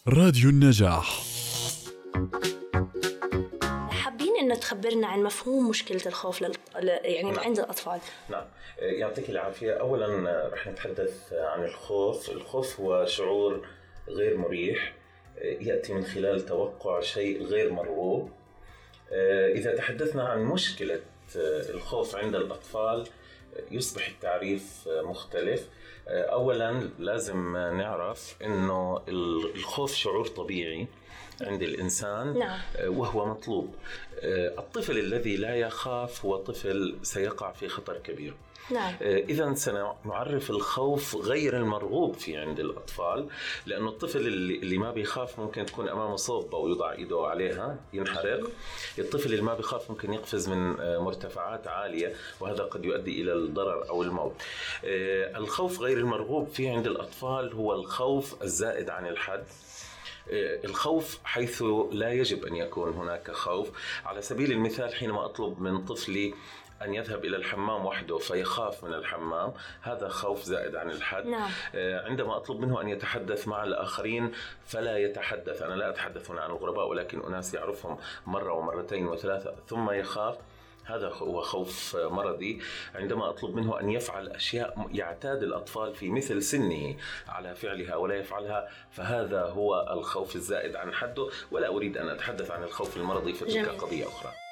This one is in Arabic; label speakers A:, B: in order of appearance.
A: راديو النجاح.
B: حابين إنه تخبرنا عن مفهوم مشكلة الخوف يعني عند الأطفال.
C: نعم، يعطيك العافية. أولا رح نتحدث عن الخوف. الخوف هو شعور غير مريح يأتي من خلال توقع شيء غير مرغوب. إذا تحدثنا عن مشكلة الخوف عند الأطفال يصبح التعريف مختلف. أولا لازم نعرف أنه الخوف شعور طبيعي عند الإنسان.
B: نعم.
C: وهو مطلوب. الطفل الذي لا يخاف هو طفل سيقع في خطر كبير.
B: نعم.
C: إذن سنعرف الخوف غير المرغوب في عند الأطفال، لأنه الطفل اللي ما بيخاف ممكن تكون أمامه صوبة ويضع إيده عليها ينحرق. الطفل اللي ما بيخاف ممكن يقفز من مرتفعات عالية، وهذا قد يؤدي إلى الضرر أو الموت. الخوف غير المرغوب في عند الأطفال هو الخوف الزائد عن الحد. الخوف حيث لا يجب أن يكون هناك خوف. على سبيل المثال، حينما أطلب من طفلي أن يذهب إلى الحمام وحده فيخاف من الحمام، هذا خوف زائد عن الحد.
B: نعم.
C: عندما أطلب منه أن يتحدث مع الآخرين فلا يتحدث. أنا لا أتحدث هنا عن الغرباء، ولكن أناس يعرفهم مرة ومرتين وثلاثة ثم يخاف، هذا هو خوف مرضي. عندما أطلب منه أن يفعل أشياء يعتاد الأطفال في مثل سنه على فعلها ولا يفعلها، فهذا هو الخوف الزائد عن حده. ولا أريد أن أتحدث عن الخوف المرضي، فتلك قضية أخرى.